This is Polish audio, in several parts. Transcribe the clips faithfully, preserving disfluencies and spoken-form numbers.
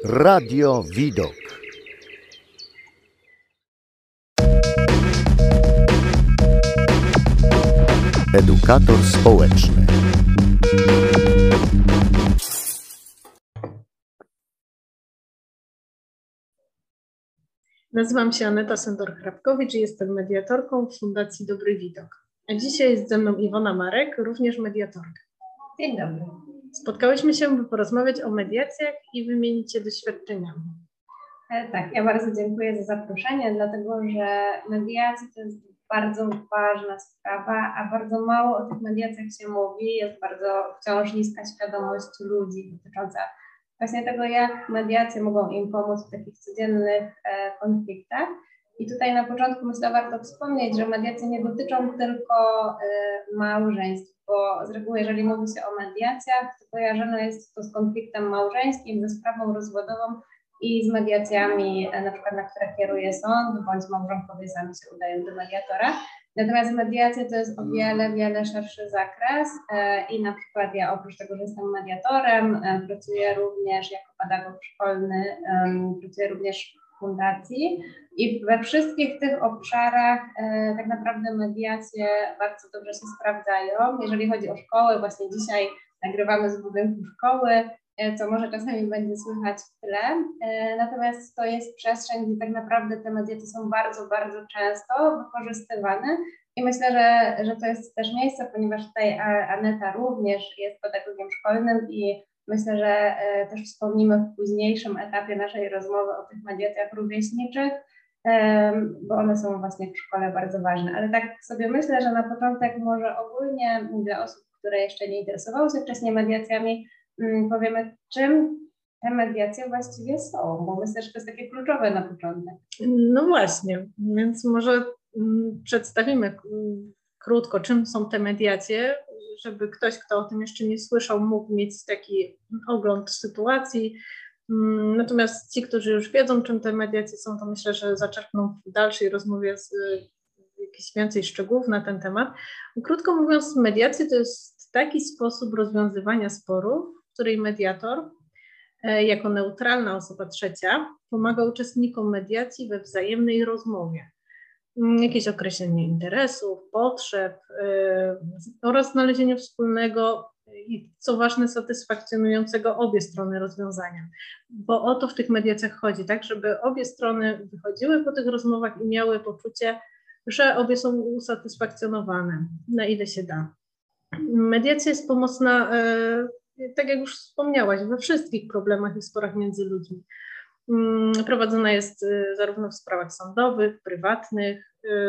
Radio Widok. Edukator społeczny. Nazywam się Aneta Sendor-Hrabkowicz i jestem mediatorką w Fundacji Dobry Widok. A dzisiaj jest ze mną Iwona Marek, również mediatorka. Dzień dobry. Spotkałyśmy się, by porozmawiać o mediacjach i wymienić się doświadczeniami. E, tak, ja bardzo dziękuję za zaproszenie, dlatego że mediacja to jest bardzo ważna sprawa, a bardzo mało o tych mediacjach się mówi. Jest bardzo wciąż niska świadomość ludzi dotycząca właśnie tego, jak mediacje mogą im pomóc w takich codziennych e, konfliktach. I tutaj na początku myślę, warto wspomnieć, że mediacje nie dotyczą tylko y, małżeństw, bo z reguły, jeżeli mówi się o mediacjach, to kojarzone jest to z konfliktem małżeńskim, ze sprawą rozwodową i z mediacjami, na przykład na które kieruje sąd, bądź małżonkowie sami się udają do mediatora. Natomiast mediacja to jest o wiele, wiele szerszy zakres y, i na przykład ja oprócz tego, że jestem mediatorem, y, pracuję również jako pedagog szkolny, y, pracuję również w fundacji. I we wszystkich tych obszarach e, tak naprawdę mediacje bardzo dobrze się sprawdzają. Jeżeli chodzi o szkoły, właśnie dzisiaj nagrywamy z budynku szkoły, e, co może czasami będzie słychać w tle. E, natomiast to jest przestrzeń, gdzie tak naprawdę te mediacje są bardzo, bardzo często wykorzystywane. I myślę, że, że to jest też miejsce, ponieważ tutaj Aneta również jest pedagogiem szkolnym i myślę, że e, też wspomnimy w późniejszym etapie naszej rozmowy o tych mediacjach rówieśniczych, bo one są właśnie w szkole bardzo ważne. Ale tak sobie myślę, że na początek może ogólnie dla osób, które jeszcze nie interesowały się wcześniej mediacjami, powiemy, czym te mediacje właściwie są, bo myślę, że to jest takie kluczowe na początek. No właśnie, więc może przedstawimy krótko, czym są te mediacje, żeby ktoś, kto o tym jeszcze nie słyszał, mógł mieć taki ogląd sytuacji. Natomiast ci, którzy już wiedzą, czym te mediacje są, to myślę, że zaczerpną w dalszej rozmowie z, jakichś więcej szczegółów na ten temat. Krótko mówiąc, mediacje to jest taki sposób rozwiązywania sporów, w której mediator, jako neutralna osoba trzecia, pomaga uczestnikom mediacji we wzajemnej rozmowie. Jakieś określenie interesów, potrzeb yy, oraz znalezienie wspólnego i, co ważne, satysfakcjonującego obie strony rozwiązania. Bo o to w tych mediacjach chodzi, tak, żeby obie strony wychodziły po tych rozmowach i miały poczucie, że obie są usatysfakcjonowane, na ile się da. Mediacja jest pomocna, yy, tak jak już wspomniałaś, we wszystkich problemach i sporach między ludźmi. Prowadzona jest zarówno w sprawach sądowych, prywatnych,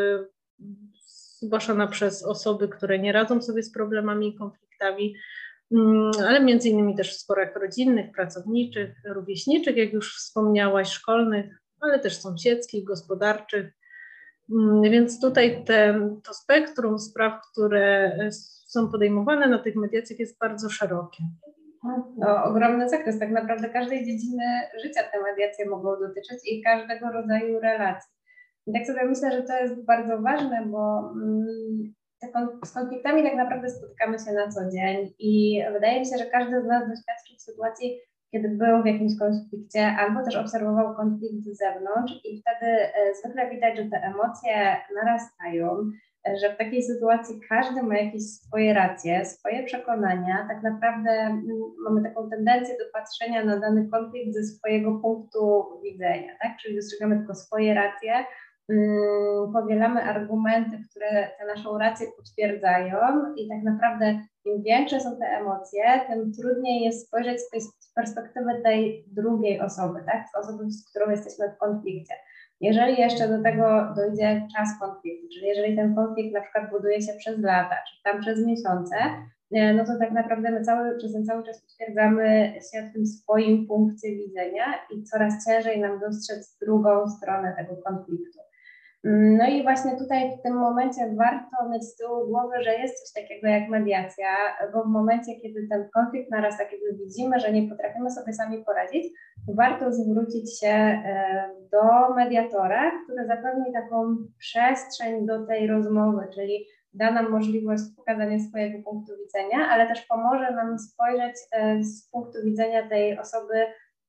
zgłaszana przez osoby, które nie radzą sobie z problemami i konfliktami, ale między innymi też w sporach rodzinnych, pracowniczych, rówieśniczych, jak już wspomniałaś, szkolnych, ale też sąsiedzkich, gospodarczych. Więc tutaj ten, to spektrum spraw, które są podejmowane na tych mediacjach, jest bardzo szerokie. No, ogromny zakres, tak naprawdę każdej dziedziny życia te mediacje mogą dotyczyć i każdego rodzaju relacji. I tak sobie myślę, że to jest bardzo ważne, bo mm, te kon- z konfliktami tak naprawdę spotykamy się na co dzień i wydaje mi się, że każdy z nas doświadczył sytuacji, kiedy był w jakimś konflikcie albo też obserwował konflikt z zewnątrz i wtedy e, zwykle widać, że te emocje narastają, że w takiej sytuacji każdy ma jakieś swoje racje, swoje przekonania. Tak naprawdę m, mamy taką tendencję do patrzenia na dany konflikt ze swojego punktu widzenia, tak? Czyli dostrzegamy tylko swoje racje, um, powielamy argumenty, które tę naszą rację potwierdzają i tak naprawdę im większe są te emocje, tym trudniej jest spojrzeć z tej z perspektywy tej drugiej osoby, tak? Z osoby, z którą jesteśmy w konflikcie. Jeżeli jeszcze do tego dojdzie czas konfliktu, czyli jeżeli ten konflikt na przykład buduje się przez lata, czy tam przez miesiące, no to tak naprawdę my cały, przez ten cały czas utwierdzamy się w tym swoim punkcie widzenia i coraz ciężej nam dostrzec drugą stronę tego konfliktu. No i właśnie tutaj w tym momencie warto mieć z tyłu głowy, że jest coś takiego jak mediacja, bo w momencie, kiedy ten konflikt narasta, kiedy widzimy, że nie potrafimy sobie sami poradzić, to warto zwrócić się do mediatora, który zapewni taką przestrzeń do tej rozmowy, czyli da nam możliwość pokazania swojego punktu widzenia, ale też pomoże nam spojrzeć z punktu widzenia tej osoby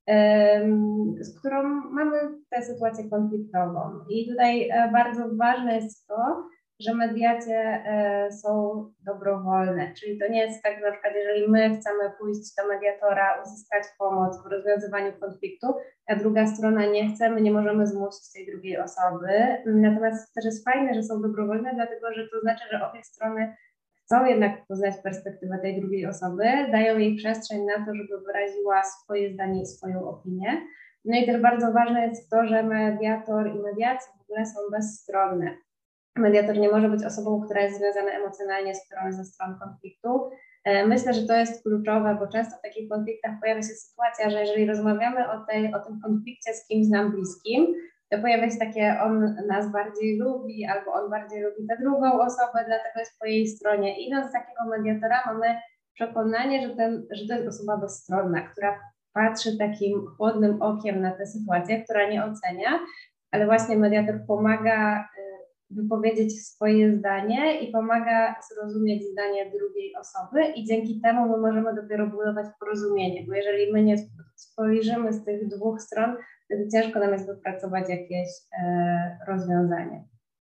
z którą mamy tę sytuację konfliktową. I tutaj bardzo ważne jest to, że mediacje są dobrowolne, czyli to nie jest tak, że na przykład jeżeli my chcemy pójść do mediatora, uzyskać pomoc w rozwiązywaniu konfliktu, a druga strona nie chce, my nie możemy zmusić tej drugiej osoby. Natomiast też jest fajne, że są dobrowolne, dlatego że to znaczy, że obie strony chcą jednak poznać perspektywę tej drugiej osoby, dają jej przestrzeń na to, żeby wyraziła swoje zdanie i swoją opinię. No i też bardzo ważne jest to, że mediator i mediacja w ogóle są bezstronne. Mediator nie może być osobą, która jest związana emocjonalnie z którąś ze stron konfliktu. Myślę, że to jest kluczowe, bo często w takich konfliktach pojawia się sytuacja, że jeżeli rozmawiamy o, tej, o tym konflikcie z kimś nam bliskim, to pojawia się takie, on nas bardziej lubi, albo on bardziej lubi tę drugą osobę, dlatego jest po jej stronie. Idąc z takiego mediatora mamy przekonanie, że, ten, że to jest osoba bezstronna, która patrzy takim chłodnym okiem na tę sytuację, która nie ocenia, ale właśnie mediator pomaga wypowiedzieć swoje zdanie i pomaga zrozumieć zdanie drugiej osoby i dzięki temu my możemy dopiero budować porozumienie, bo jeżeli my nie spojrzymy z tych dwóch stron, wtedy ciężko nam jest wypracować jakieś e, rozwiązanie.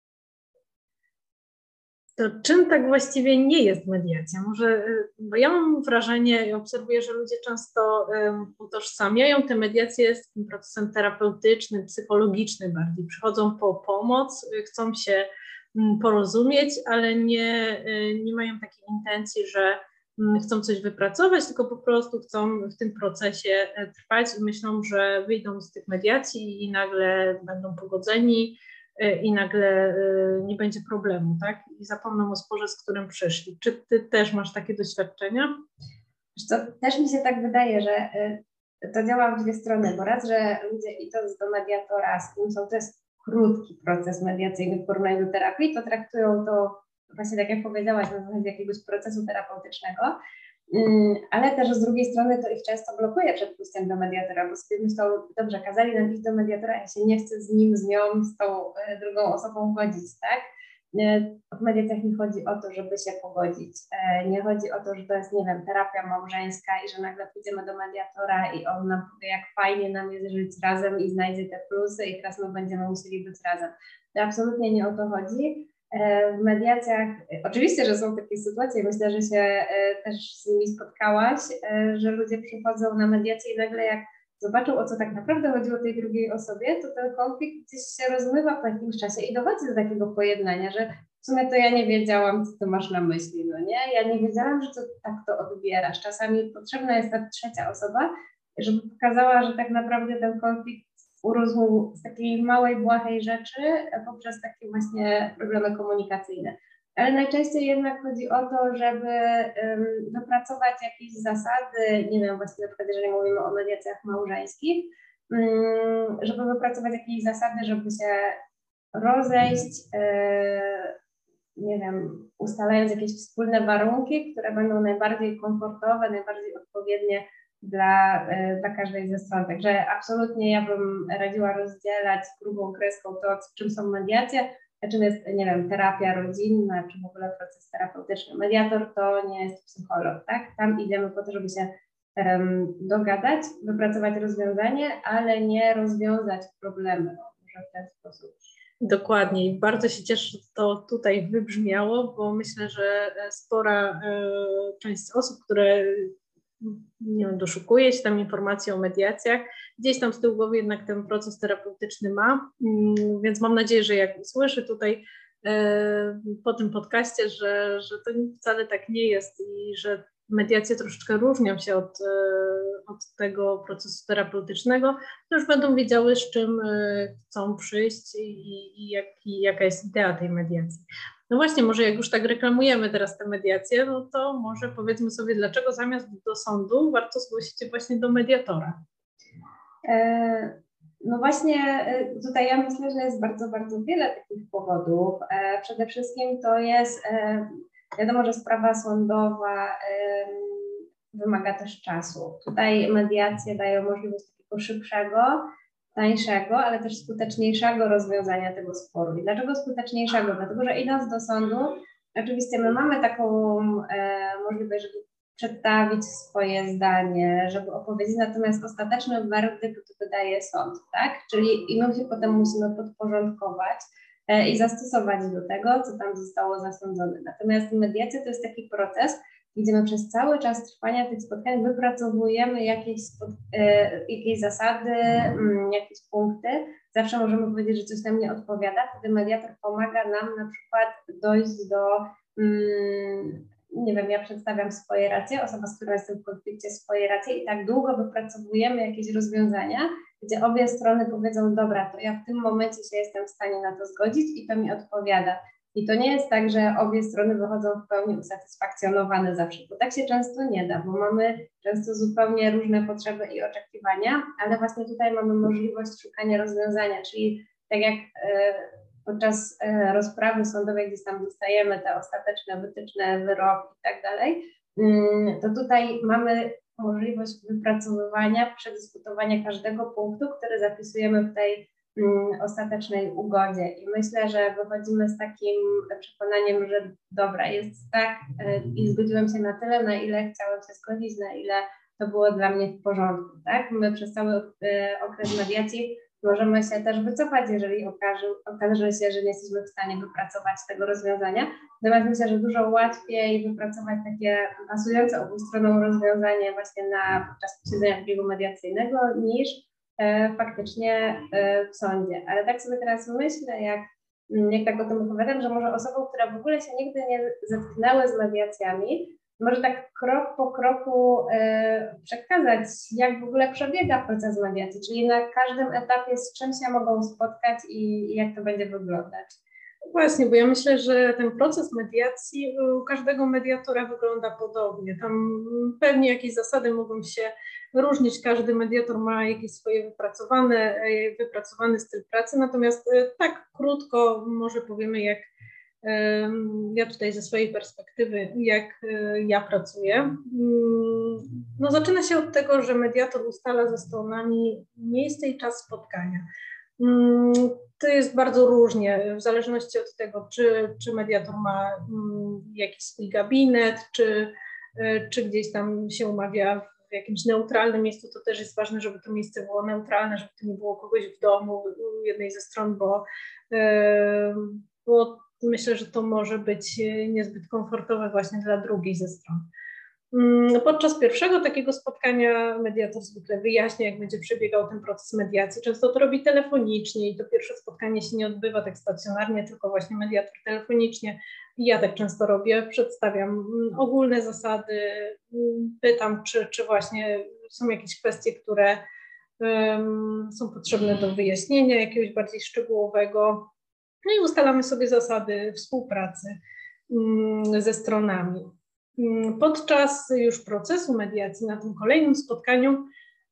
To czym tak właściwie nie jest mediacja? Może, bo ja mam wrażenie i obserwuję, że ludzie często um, utożsamiają tę mediację z tym procesem terapeutycznym, psychologicznym bardziej. Przychodzą po pomoc, chcą się um, porozumieć, ale nie, y, nie mają takiej intencji, że um, chcą coś wypracować, tylko po prostu chcą w tym procesie trwać i myślą, że wyjdą z tych mediacji i nagle będą pogodzeni, i nagle nie będzie problemu, tak? I zapomną o sporze, z którym przyszli. Czy ty też masz takie doświadczenia? Wiesz co, też mi się tak wydaje, że to działa w dwie strony, bo raz, że ludzie idąc do mediatora, z którym są, to jest krótki proces mediacyjny w porównaniu do terapii, to traktują to właśnie tak jak powiedziałaś, na zasadzie jakiegoś procesu terapeutycznego, ale też z drugiej strony to ich często blokuje przed pójściem do mediatora, bo sobie myślą, dobrze, kazali nam iść do mediatora, ja się nie chcę z nim, z nią, z tą drugą osobą godzić, tak? W mediacjach nie chodzi o to, żeby się pogodzić, nie chodzi o to, że to jest, nie wiem, terapia małżeńska i że nagle pójdziemy do mediatora i on nam powie, jak fajnie nam jest żyć razem i znajdzie te plusy i teraz my będziemy musieli być razem. To absolutnie nie o to chodzi. W mediacjach, oczywiście, że są takie sytuacje, myślę, że się też z nimi spotkałaś, że ludzie przychodzą na mediację i nagle jak zobaczą, o co tak naprawdę chodziło tej drugiej osobie, to ten konflikt gdzieś się rozmywa po jakimś czasie i dochodzi do takiego pojednania, że w sumie to ja nie wiedziałam, co ty masz na myśli, no nie? Ja nie wiedziałam, że to tak to odbierasz. Czasami potrzebna jest ta trzecia osoba, żeby pokazała, że tak naprawdę ten konflikt urósł z takiej małej, błahej rzeczy poprzez takie właśnie problemy komunikacyjne. Ale najczęściej jednak chodzi o to, żeby um, wypracować jakieś zasady, nie wiem, właśnie na przykład jeżeli mówimy o mediacjach małżeńskich, um, żeby wypracować jakieś zasady, żeby się rozejść, e, nie wiem, ustalając jakieś wspólne warunki, które będą najbardziej komfortowe, najbardziej odpowiednie dla, dla każdej ze stron. Także absolutnie ja bym radziła rozdzielać grubą kreską to, czym są mediacje, a czym jest, nie wiem, terapia rodzinna, czy w ogóle proces terapeutyczny. Mediator to nie jest psycholog, tak? Tam idziemy po to, żeby się um, dogadać, wypracować rozwiązanie, ale nie rozwiązać problemy, może w ten sposób. Dokładnie i bardzo się cieszę, że to tutaj wybrzmiało, bo myślę, że spora e, część osób, które nie wiem, doszukuje się tam informacji o mediacjach, gdzieś tam z tyłu głowy jednak ten proces terapeutyczny ma, więc mam nadzieję, że jak słyszę tutaj e, po tym podcaście, że, że to wcale tak nie jest i że mediacje troszeczkę różnią się od, e, od tego procesu terapeutycznego, to już będą wiedziały, z czym e, chcą przyjść i, i jak, i jaka jest idea tej mediacji. No właśnie, może jak już tak reklamujemy teraz te mediacje, no to może powiedzmy sobie, dlaczego zamiast do sądu warto zgłosić się właśnie do mediatora. E, no właśnie tutaj ja myślę, że jest bardzo, bardzo wiele takich powodów. E, przede wszystkim to jest, e, wiadomo, że sprawa sądowa e, wymaga też czasu. Tutaj mediacje dają możliwość takiego szybszego, tańszego, ale też skuteczniejszego rozwiązania tego sporu. I dlaczego skuteczniejszego? Dlatego, że idąc do sądu, oczywiście my mamy taką e, możliwość, żeby przedstawić swoje zdanie, żeby opowiedzieć, natomiast ostateczny werdykt wydaje sąd, tak? Czyli i my się potem musimy podporządkować e, i zastosować do tego, co tam zostało zasądzone. Natomiast mediacja to jest taki proces, gdzie my przez cały czas trwania tych spotkań wypracowujemy jakieś, spod, e, jakieś zasady, mm, jakieś punkty. Zawsze możemy powiedzieć, że coś nam nie odpowiada, wtedy mediator pomaga nam na przykład dojść do mm, nie wiem, ja przedstawiam swoje racje, osoba, z którą jestem w konflikcie, swoje racje i tak długo wypracowujemy jakieś rozwiązania, gdzie obie strony powiedzą, dobra, to ja w tym momencie się jestem w stanie na to zgodzić i to mi odpowiada. I to nie jest tak, że obie strony wychodzą w pełni usatysfakcjonowane zawsze, bo tak się często nie da, bo mamy często zupełnie różne potrzeby i oczekiwania, ale właśnie tutaj mamy możliwość szukania rozwiązania, czyli tak jak yy, podczas e, rozprawy sądowej, gdzieś tam dostajemy te ostateczne wytyczne, wyroki i tak dalej, to tutaj mamy możliwość wypracowywania, przedyskutowania każdego punktu, który zapisujemy w tej um, ostatecznej ugodzie. I myślę, że wychodzimy z takim przekonaniem, że dobra, jest tak e, i zgodziłem się na tyle, na ile chciałem się zgodzić, na ile to było dla mnie w porządku. Tak? My przez cały e, okres mediacji możemy się też wycofać, jeżeli okaże, okaże się, że nie jesteśmy w stanie wypracować tego rozwiązania. Natomiast myślę, że dużo łatwiej wypracować takie pasujące obu stronom rozwiązanie właśnie na, podczas posiedzenia biegu mediacyjnego niż e, faktycznie e, w sądzie. Ale tak sobie teraz myślę, jak, jak tak o tym opowiadam, że może osobom, które w ogóle się nigdy nie zetknęły z mediacjami, może tak krok po kroku e, przekazać, jak w ogóle przebiega proces mediacji, czyli na każdym etapie z czym się mogą spotkać i, i jak to będzie wyglądać. Właśnie, bo ja myślę, że ten proces mediacji u każdego mediatora wygląda podobnie. Tam pewnie jakieś zasady mogą się różnić, każdy mediator ma jakieś swoje wypracowane, wypracowany styl pracy, natomiast tak krótko może powiemy, jak ja tutaj ze swojej perspektywy, jak ja pracuję. No, zaczyna się od tego, że mediator ustala ze stronami miejsce i czas spotkania. To jest bardzo różnie, w zależności od tego, czy, czy mediator ma jakiś swój gabinet, czy, czy gdzieś tam się umawia w jakimś neutralnym miejscu. To też jest ważne, żeby to miejsce było neutralne, żeby to nie było kogoś w domu u jednej ze stron, bo, bo myślę, że to może być niezbyt komfortowe właśnie dla drugiej ze stron. Podczas pierwszego takiego spotkania mediator zwykle wyjaśnia, jak będzie przebiegał ten proces mediacji. Często to robi telefonicznie i to pierwsze spotkanie się nie odbywa tak stacjonarnie, tylko właśnie mediator telefonicznie. I ja tak często robię, przedstawiam ogólne zasady, pytam, czy, czy właśnie są jakieś kwestie, które um, są potrzebne do wyjaśnienia, jakiegoś bardziej szczegółowego. No i ustalamy sobie zasady współpracy um, ze stronami. Podczas już procesu mediacji, na tym kolejnym spotkaniu,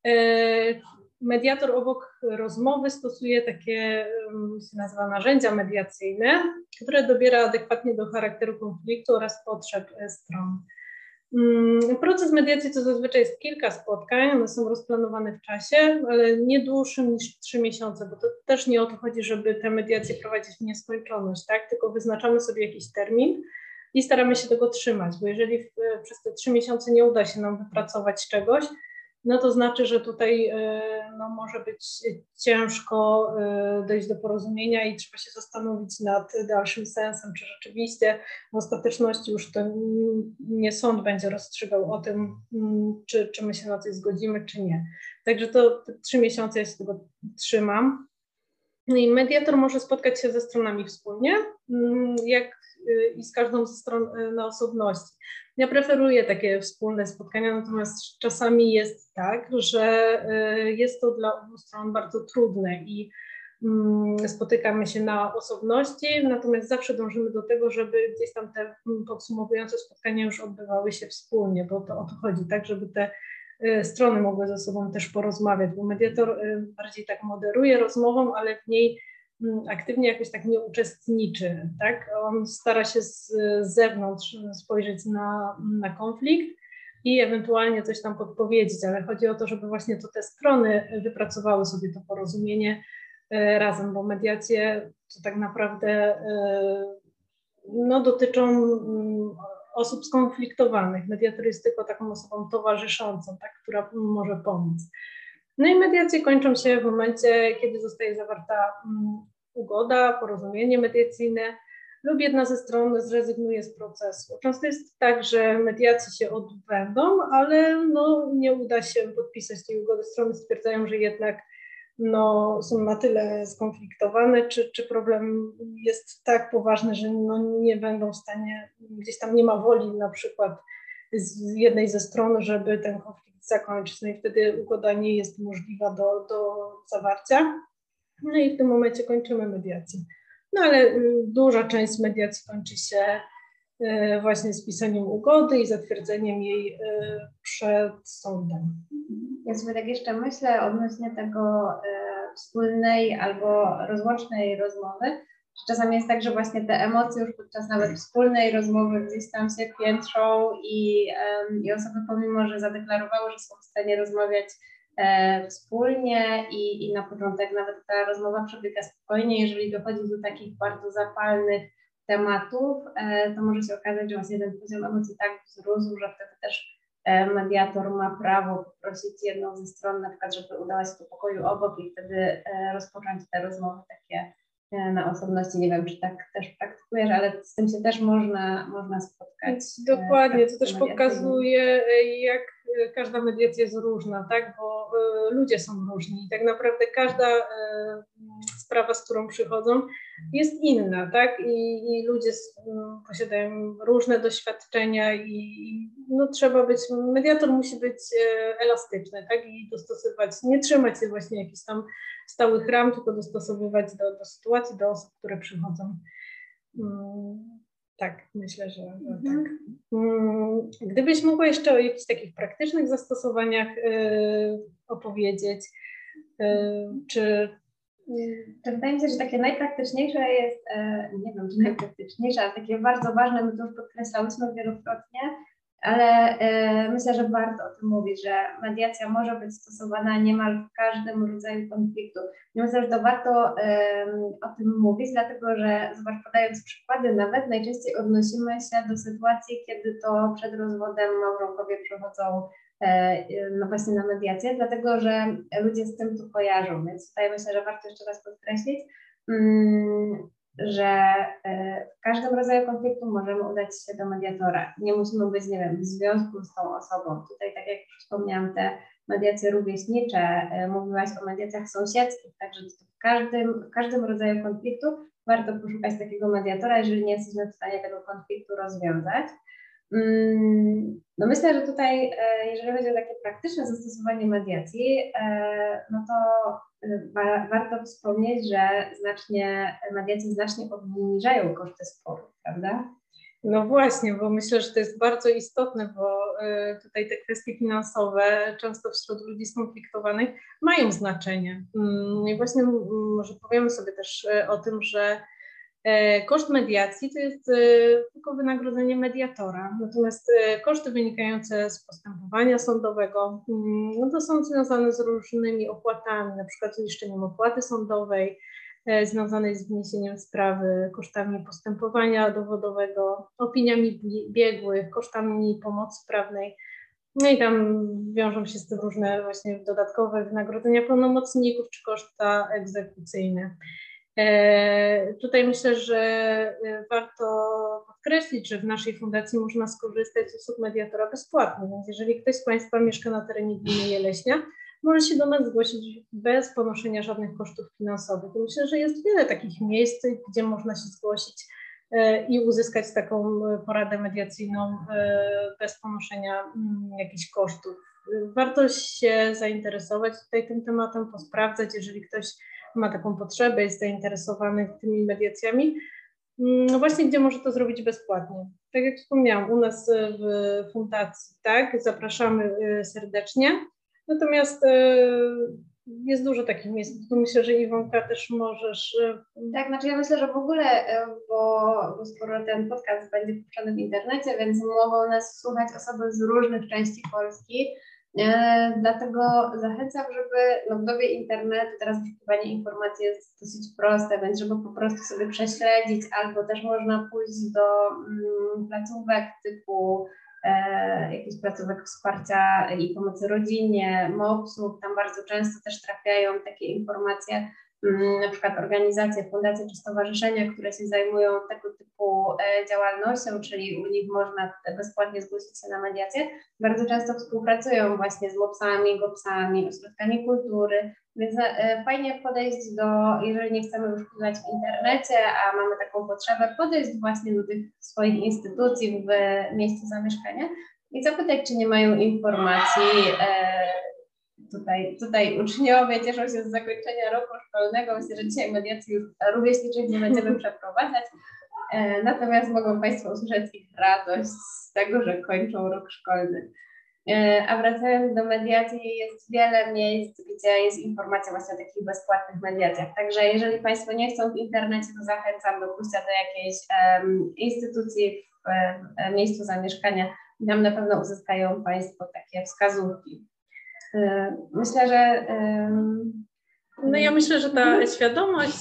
mediator obok rozmowy stosuje takie, się nazywa, narzędzia mediacyjne, które dobiera adekwatnie do charakteru konfliktu oraz potrzeb stron. Proces mediacji to zazwyczaj jest kilka spotkań, one są rozplanowane w czasie, ale nie dłuższym niż trzy miesiące, bo to też nie o to chodzi, żeby te mediacje prowadzić w nieskończoność, tak? Tylko wyznaczamy sobie jakiś termin i staramy się tego trzymać, bo jeżeli w, przez te trzy miesiące nie uda się nam wypracować czegoś, no to znaczy, że tutaj no, może być ciężko dojść do porozumienia i trzeba się zastanowić nad dalszym sensem, czy rzeczywiście w ostateczności już to nie sąd będzie rozstrzygał o tym, czy, czy my się na coś zgodzimy, czy nie. Także to te trzy miesiące ja się tego trzymam. I mediator może spotkać się ze stronami wspólnie, jak i z każdą ze stron na osobności. Ja preferuję takie wspólne spotkania, natomiast czasami jest tak, że jest to dla obu stron bardzo trudne i spotykamy się na osobności, natomiast zawsze dążymy do tego, żeby gdzieś tam te podsumowujące spotkania już odbywały się wspólnie, bo to o to chodzi, tak, żeby te strony mogły ze sobą też porozmawiać, bo mediator bardziej tak moderuje rozmową, ale w niej aktywnie jakoś tak nie uczestniczy, tak? On stara się z, z zewnątrz spojrzeć na, na konflikt i ewentualnie coś tam podpowiedzieć, ale chodzi o to, żeby właśnie to te strony wypracowały sobie to porozumienie e, razem, bo mediacje to tak naprawdę e, no, dotyczą osób skonfliktowanych. Mediator jest tylko taką osobą towarzyszącą, tak, która może pomóc. No i mediacje kończą się w momencie, kiedy zostaje zawarta um, ugoda, porozumienie mediacyjne lub jedna ze stron zrezygnuje z procesu. Często jest tak, że mediacje się odbędą, ale no, nie uda się podpisać tej ugody. Strony stwierdzają, że jednak no, są na tyle skonfliktowane, czy, czy problem jest tak poważny, że no, nie będą w stanie, gdzieś tam nie ma woli na przykład z jednej ze stron, żeby ten konflikt zakończyć. No i wtedy ugoda nie jest możliwa do, do zawarcia. No i w tym momencie kończymy mediację. No ale duża część mediacji kończy się właśnie spisaniem ugody i zatwierdzeniem jej przed sądem. Ja sobie tak jeszcze myślę odnośnie tego wspólnej albo rozłącznej rozmowy, że czasami jest tak, że właśnie te emocje już podczas nawet wspólnej rozmowy gdzieś tam się piętrzą i, i osoby pomimo, że zadeklarowały, że są w stanie rozmawiać e, wspólnie i, i na początek nawet ta rozmowa przebiega spokojnie, jeżeli dochodzi do takich bardzo zapalnych tematów, e, to może się okazać, że właśnie ten poziom emocji tak wzrósł, że wtedy też e, mediator ma prawo poprosić jedną ze stron, na przykład, żeby udała się do pokoju obok i wtedy e, rozpocząć te rozmowy takie na osobności. Nie wiem, czy tak też praktykujesz, ale z tym się też można, można spotkać. Dokładnie, to też pokazuje, jak każda mediacja jest różna, tak? Bo ludzie są różni i tak naprawdę każda sprawa, z którą przychodzą, jest inna, tak? I, i ludzie posiadają różne doświadczenia i no, trzeba być, mediator musi być elastyczny, tak? I dostosowywać, nie trzymać się właśnie jakichś tam stałych ram, tylko dostosowywać do, do sytuacji, do osób, które przychodzą. Hmm, tak, myślę, że, że tak. Hmm, gdybyś mogła jeszcze o jakichś takich praktycznych zastosowaniach y, opowiedzieć, y, czy... To wydaje mi się, że takie najpraktyczniejsze jest, e, nie wiem, czy najpraktyczniejsze, ale takie bardzo ważne, my to już podkreślałyśmy wielokrotnie, ale e, myślę, że warto o tym mówić, że mediacja może być stosowana niemal w każdym rodzaju konfliktu. Myślę, że to warto e, o tym mówić, dlatego że, zobacz, podając przykłady, nawet najczęściej odnosimy się do sytuacji, kiedy to przed rozwodem małżonkowie przychodzą e, no właśnie na mediację, dlatego że ludzie z tym tu kojarzą, więc tutaj myślę, że warto jeszcze raz podkreślić, mm, że w każdym rodzaju konfliktu możemy udać się do mediatora. Nie musimy być, nie wiem, w związku z tą osobą. Tutaj, tak jak już wspomniałam, te mediacje rówieśnicze, mówiłaś o mediacjach sąsiedzkich, także w każdym, w każdym rodzaju konfliktu warto poszukać takiego mediatora, jeżeli nie jesteśmy w stanie tego konfliktu rozwiązać. No myślę, że tutaj, jeżeli chodzi o takie praktyczne zastosowanie mediacji, no to warto wspomnieć, że znacznie, mediacje znacznie obniżają koszty sporu, prawda? No właśnie, bo myślę, że to jest bardzo istotne, bo tutaj te kwestie finansowe często wśród ludzi skonfliktowanych mają znaczenie. I właśnie może powiemy sobie też o tym, że koszt mediacji to jest tylko wynagrodzenie mediatora, natomiast koszty wynikające z postępowania sądowego no to są związane z różnymi opłatami, na przykład z uiszczeniem opłaty sądowej, związanej z wniesieniem sprawy, kosztami postępowania dowodowego, opiniami biegłych, kosztami pomocy prawnej. No i tam wiążą się z tym różne właśnie dodatkowe wynagrodzenia pełnomocników czy koszta egzekucyjne. E, tutaj myślę, że warto podkreślić, że w naszej fundacji można skorzystać z usług mediatora bezpłatnie, więc jeżeli ktoś z Państwa mieszka na terenie gminy Jeleśnia, może się do nas zgłosić bez ponoszenia żadnych kosztów finansowych. I myślę, że jest wiele takich miejsc, gdzie można się zgłosić e, i uzyskać taką poradę mediacyjną e, bez ponoszenia m, jakichś kosztów. Warto się zainteresować tutaj tym tematem, posprawdzać, jeżeli ktoś ma taką potrzebę, jest zainteresowany tymi mediacjami, no właśnie gdzie może to zrobić bezpłatnie. Tak jak wspomniałam, u nas w fundacji, tak, zapraszamy serdecznie, natomiast jest dużo takich miejsc, tu myślę, że Iwonka też możesz... Tak, znaczy ja myślę, że w ogóle, bo, bo skoro ten podcast będzie puszczony w internecie, więc mogą nas słuchać osoby z różnych części Polski, E, dlatego zachęcam, żeby no w dobie internetu teraz wyszukiwanie informacji jest dosyć proste, więc żeby po prostu sobie prześledzić, albo też można pójść do mm, placówek typu e, jakichś placówek wsparcia i pomocy rodzinie, mopsów, tam bardzo często też trafiają takie informacje, mm, na przykład organizacje, fundacje czy stowarzyszenia, które się zajmują tego typu e, działalnością, czyli u nich można bezpłatnie zgłosić się na mediację. Bardzo często współpracują właśnie z mopsami, gopsami, ośrodkami kultury, więc e, fajnie podejść do, jeżeli nie chcemy wyszukiwać w internecie, a mamy taką potrzebę, podejść właśnie do tych swoich instytucji w miejscu zamieszkania i zapytać, czy nie mają informacji. E, tutaj, tutaj uczniowie cieszą się z zakończenia roku szkolnego. Myślę, że dzisiaj mediacji już rówieśniczych nie będziemy przeprowadzać. Natomiast mogą Państwo usłyszeć ich radość z tego, że kończą rok szkolny. A wracając do mediacji, jest wiele miejsc, gdzie jest informacja właśnie o takich bezpłatnych mediacjach. Także jeżeli Państwo nie chcą w internecie, to zachęcam do pójścia do jakiejś um, instytucji w, w miejscu zamieszkania. Tam na pewno uzyskają Państwo takie wskazówki. Myślę, że... Um, no ja myślę, że ta świadomość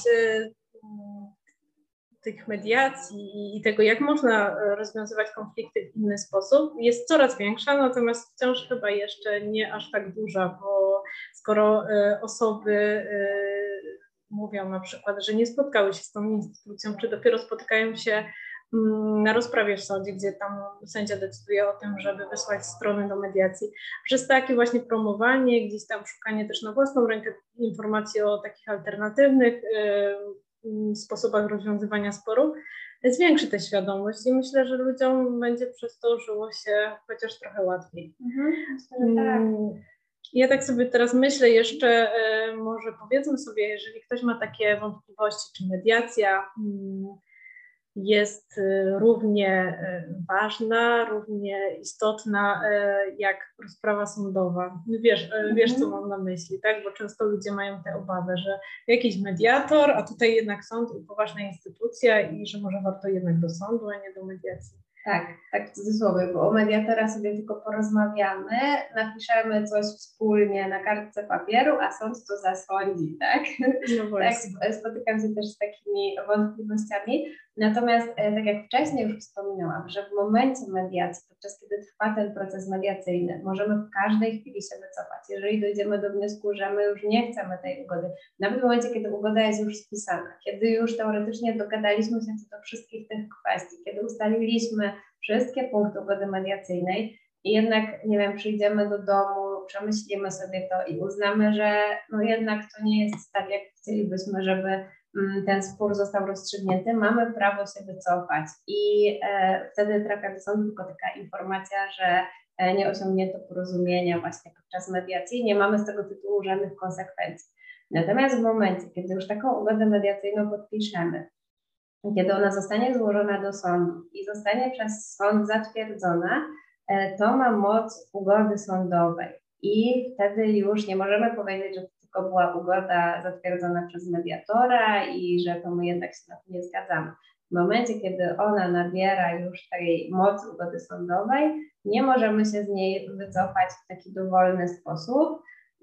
tych mediacji i tego, jak można rozwiązywać konflikty w inny sposób, jest coraz większa, natomiast wciąż chyba jeszcze nie aż tak duża, bo skoro osoby mówią na przykład, że nie spotkały się z tą instytucją, czy dopiero spotykają się na rozprawie w sądzie, gdzie tam sędzia decyduje o tym, żeby wysłać strony do mediacji. Przez takie właśnie promowanie, gdzieś tam szukanie też na własną rękę informacji o takich alternatywnych sposobach rozwiązywania sporów, zwiększy tę świadomość i myślę, że ludziom będzie przez to żyło się chociaż trochę łatwiej. Mhm, tak. Ja tak sobie teraz myślę jeszcze, może powiedzmy sobie, jeżeli ktoś ma takie wątpliwości, czy mediacja jest równie ważna, równie istotna jak rozprawa sądowa. Wiesz, wiesz, co mam na myśli, tak? Bo często ludzie mają tę obawę, że jakiś mediator, a tutaj jednak sąd i poważna instytucja i że może warto jednak do sądu, a nie do mediacji. Tak, tak w cudzysłowie, bo o mediatora sobie tylko porozmawiamy, napiszemy coś wspólnie na kartce papieru, a sąd to zasądzi, tak? No właśnie. Tak, spotykam się też z takimi wątpliwościami. Natomiast, tak jak wcześniej już wspominałam, że w momencie mediacji, podczas kiedy trwa ten proces mediacyjny, możemy w każdej chwili się wycofać. Jeżeli dojdziemy do wniosku, że my już nie chcemy tej ugody, nawet w momencie, kiedy ugoda jest już spisana, kiedy już teoretycznie dogadaliśmy się co do wszystkich tych kwestii, kiedy ustaliliśmy wszystkie punkty ugody mediacyjnej i jednak, nie wiem, przyjdziemy do domu, przemyślimy sobie to i uznamy, że no jednak to nie jest tak, jak chcielibyśmy, żeby ten spór został rozstrzygnięty, mamy prawo się wycofać i e, wtedy trafia do sądu tylko taka informacja, że e, nie osiągnięto porozumienia właśnie podczas mediacji, nie mamy z tego tytułu żadnych konsekwencji. Natomiast w momencie, kiedy już taką ugodę mediacyjną podpiszemy, kiedy ona zostanie złożona do sądu i zostanie przez sąd zatwierdzona, e, to ma moc ugody sądowej i wtedy już nie możemy powiedzieć, że to była ugoda zatwierdzona przez mediatora i że to my jednak się na to nie zgadzamy. W momencie, kiedy ona nabiera już tej mocy ugody sądowej, nie możemy się z niej wycofać w taki dowolny sposób.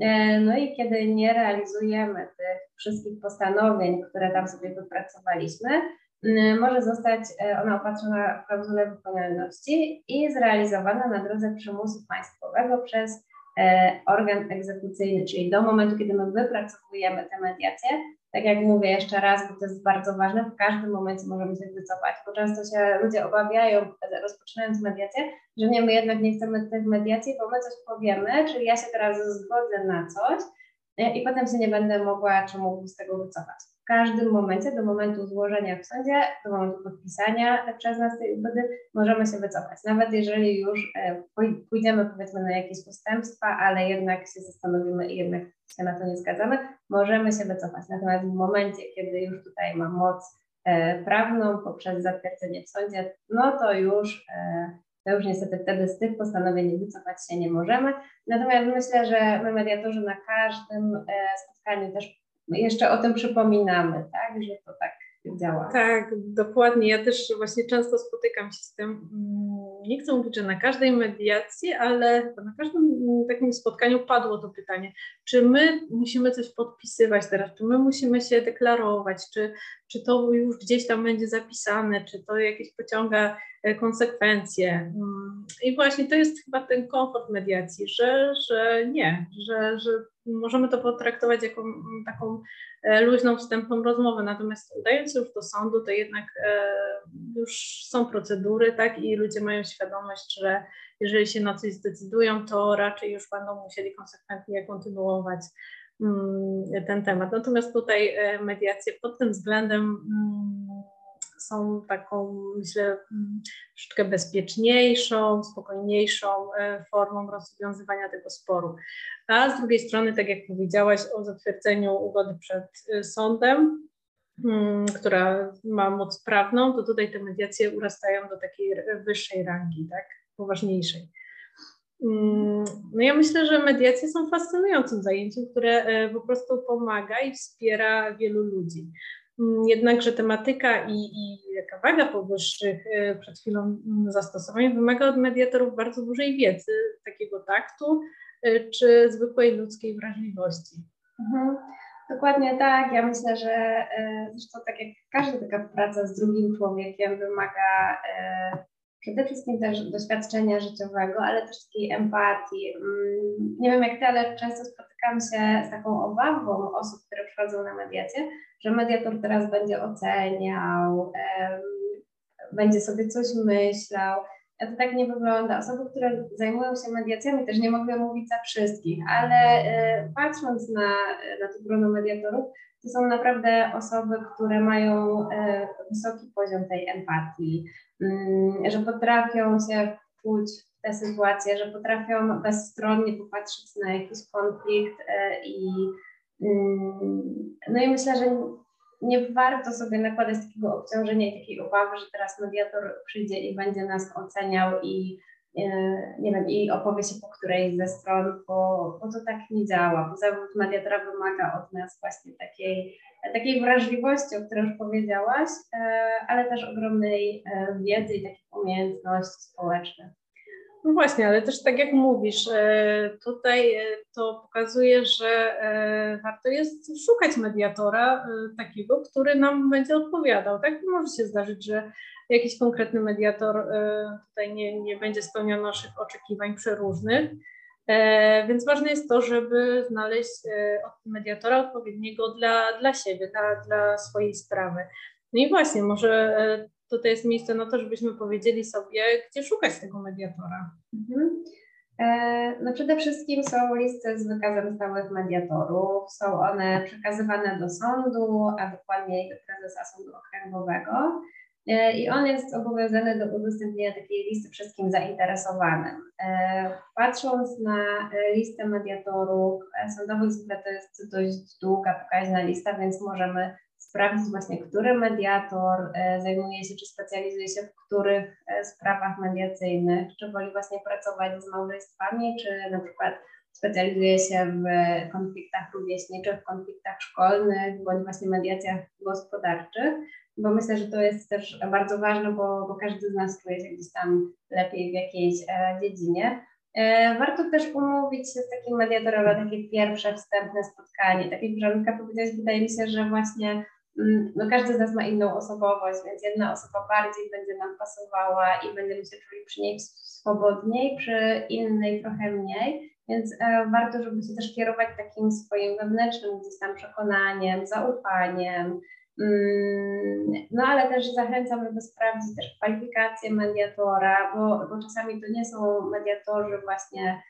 No i kiedy nie realizujemy tych wszystkich postanowień, które tam sobie wypracowaliśmy, może zostać ona opatrzona w klauzulę wykonalności i zrealizowana na drodze przymusu państwowego przez organ egzekucyjny, czyli do momentu, kiedy my wypracowujemy tę mediację. Tak jak mówię jeszcze raz, bo to jest bardzo ważne, w każdym momencie możemy się wycofać, bo często się ludzie obawiają, rozpoczynając mediację, że nie, my jednak nie chcemy tych mediacji, bo my coś powiemy, czyli ja się teraz zgodzę na coś i potem się nie będę mogła czy mógł z tego wycofać. W każdym momencie, do momentu złożenia w sądzie, do momentu podpisania przez nas tej ugody, możemy się wycofać. Nawet jeżeli już pójdziemy powiedzmy na jakieś ustępstwa, ale jednak się zastanowimy i jednak się na to nie zgadzamy, możemy się wycofać. Natomiast w momencie, kiedy już tutaj ma moc prawną poprzez zatwierdzenie w sądzie, no to już to już niestety wtedy z tych postanowień wycofać się nie możemy. Natomiast myślę, że my mediatorzy na każdym spotkaniu też jeszcze o tym przypominamy, tak, że to tak działa. Tak, dokładnie. Ja też właśnie często spotykam się z tym, nie chcę mówić, że na każdej mediacji, ale na każdym takim spotkaniu padło to pytanie, czy my musimy coś podpisywać teraz, czy my musimy się deklarować, czy, czy to już gdzieś tam będzie zapisane, czy to jakieś pociąga konsekwencje. I właśnie to jest chyba ten komfort mediacji, że, że nie, że, że możemy to potraktować jako taką luźną, wstępną rozmowę, natomiast udając się już do sądu, to jednak e, już są procedury, tak, i ludzie mają świadomość, że jeżeli się na coś zdecydują, to raczej już będą musieli konsekwentnie kontynuować mm, ten temat. Natomiast tutaj e, mediacje pod tym względem mm, są taką, myślę, troszeczkę bezpieczniejszą, spokojniejszą e, formą rozwiązywania tego sporu. A z drugiej strony, tak jak powiedziałaś o zatwierdzeniu ugody przed e, sądem, m, która ma moc prawną, to tutaj te mediacje urastają do takiej wyższej rangi, tak, poważniejszej. Mm, No ja myślę, że mediacje są fascynującym zajęciem, które e, po prostu pomaga i wspiera wielu ludzi. Jednakże tematyka i, i jaka waga powyższych y, przed chwilą zastosowań wymaga od mediatorów bardzo dużej wiedzy, takiego taktu y, czy zwykłej ludzkiej wrażliwości. Mhm. Dokładnie tak. Ja myślę, że y, zresztą tak jak każda taka praca z drugim człowiekiem wymaga y, przede wszystkim też doświadczenia życiowego, ale też takiej empatii. Mm, nie wiem jak ty, ale często spotykam się z taką obawą osób, które przychodzą na mediację, że mediator teraz będzie oceniał, um, będzie sobie coś myślał. A to tak nie wygląda. Osoby, które zajmują się mediacjami, też nie mogę mówić za wszystkich, ale e, patrząc na, na to grono mediatorów, to są naprawdę osoby, które mają e, wysoki poziom tej empatii, mm, że potrafią się wczuć w tę sytuację, że potrafią bezstronnie popatrzeć na jakiś konflikt e, i mm, no i myślę, że nie warto sobie nakładać takiego obciążenia i takiej obawy, że teraz mediator przyjdzie i będzie nas oceniał i nie wiem, i opowie się po którejś ze stron, bo, bo to tak nie działa, bo zawód mediatora wymaga od nas właśnie takiej, takiej wrażliwości, o której już powiedziałaś, ale też ogromnej wiedzy i takich umiejętności społecznych. No właśnie, ale też tak jak mówisz, tutaj to pokazuje, że warto jest szukać mediatora takiego, który nam będzie odpowiadał. Tak? Może się zdarzyć, że jakiś konkretny mediator tutaj nie, nie będzie spełniał naszych oczekiwań przeróżnych, więc ważne jest to, żeby znaleźć mediatora odpowiedniego dla, dla siebie, dla, dla swojej sprawy. No i właśnie, może tutaj jest miejsce na to, żebyśmy powiedzieli sobie, gdzie szukać tego mediatora. Mhm. E, no przede wszystkim są listy z wykazem stałych mediatorów, są one przekazywane do sądu, a dokładniej do prezesa sądu okręgowego e, i on jest obowiązany do udostępnienia takiej listy wszystkim zainteresowanym. E, patrząc na listę mediatorów sądowych, zwykle to jest dość długa, pokaźna lista, więc możemy sprawdzić właśnie, który mediator e, zajmuje się, czy specjalizuje się w których e, sprawach mediacyjnych, czy woli właśnie pracować z małżeństwami, czy na przykład specjalizuje się w konfliktach rówieśniczych, w konfliktach szkolnych, bądź właśnie mediacjach gospodarczych, bo myślę, że to jest też bardzo ważne, bo, bo każdy z nas czuje się gdzieś tam lepiej w jakiejś e, dziedzinie. E, warto też umówić się z takim mediatorem na takie pierwsze, wstępne spotkanie. Tak jak Weronika powiedziałaś, wydaje mi się, że właśnie no każdy z nas ma inną osobowość, więc jedna osoba bardziej będzie nam pasowała i będziemy się czuli przy niej swobodniej, przy innej trochę mniej, więc e, warto, żeby się też kierować takim swoim wewnętrznym gdzieś tam przekonaniem, zaufaniem. Mm, no ale też zachęcam, żeby sprawdzić też kwalifikacje mediatora, bo, bo czasami to nie są mediatorzy właśnie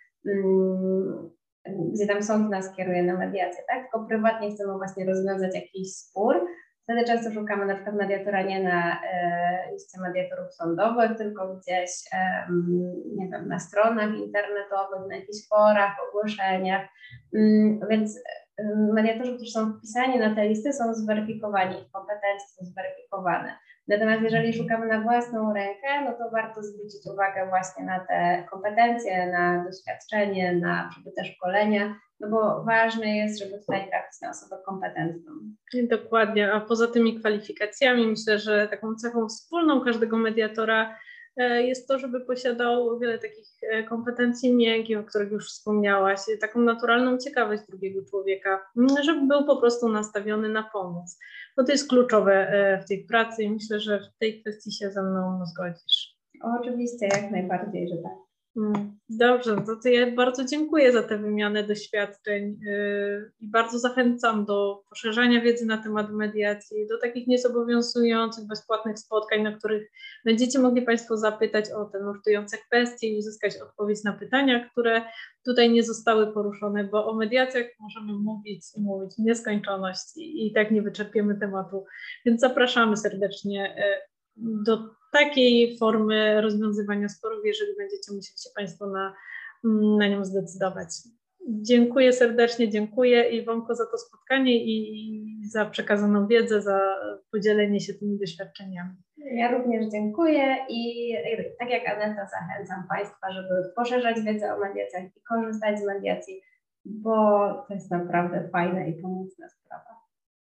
mm, gdzie tam sąd nas kieruje na mediację, tak? Tylko prywatnie chcemy właśnie rozwiązać jakiś spór. Wtedy często szukamy na przykład mediatora nie na e, liście mediatorów sądowych, tylko gdzieś, e, nie wiem, na stronach internetowych, na jakichś forach, ogłoszeniach. Mm, więc e, mediatorzy, którzy są wpisani na te listy, są zweryfikowani, ich kompetencje są zweryfikowane. Natomiast jeżeli szukamy na własną rękę, no to warto zwrócić uwagę właśnie na te kompetencje, na doświadczenie, na żeby te szkolenia, no bo ważne jest, żeby tutaj trafić na osobę kompetentną. Dokładnie, a poza tymi kwalifikacjami myślę, że taką cechą wspólną każdego mediatora jest to, żeby posiadał wiele takich kompetencji miękkich, o których już wspomniałaś, taką naturalną ciekawość drugiego człowieka, żeby był po prostu nastawiony na pomoc. Bo to jest kluczowe w tej pracy i myślę, że w tej kwestii się ze mną zgodzisz. Oczywiście, jak najbardziej, że tak. Dobrze, to ja bardzo dziękuję za tę wymianę doświadczeń i bardzo zachęcam do poszerzania wiedzy na temat mediacji, do takich niezobowiązujących, bezpłatnych spotkań, na których będziecie mogli Państwo zapytać o te nurtujące kwestie i uzyskać odpowiedź na pytania, które tutaj nie zostały poruszone, bo o mediacjach możemy mówić i mówić w nieskończoność i, i tak nie wyczerpiemy tematu, więc zapraszamy serdecznie do takiej formy rozwiązywania sporów, jeżeli będziecie musieli się Państwo na, na nią zdecydować. Dziękuję serdecznie, dziękuję Iwonko za to spotkanie i za przekazaną wiedzę, za podzielenie się tymi doświadczeniami. Ja również dziękuję i tak jak Aneta zachęcam Państwa, żeby poszerzać wiedzę o mediacjach i korzystać z mediacji, bo to jest naprawdę fajna i pomocna sprawa.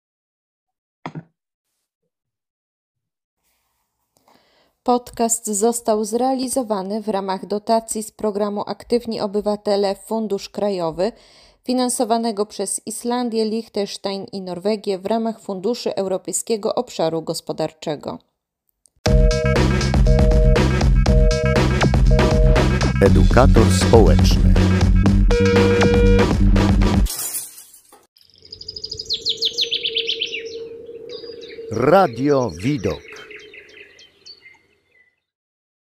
Podcast został zrealizowany w ramach dotacji z programu Aktywni Obywatele Fundusz Krajowy, finansowanego przez Islandię, Liechtenstein i Norwegię w ramach Funduszy Europejskiego Obszaru Gospodarczego. Edukator społeczny. Radio Widok.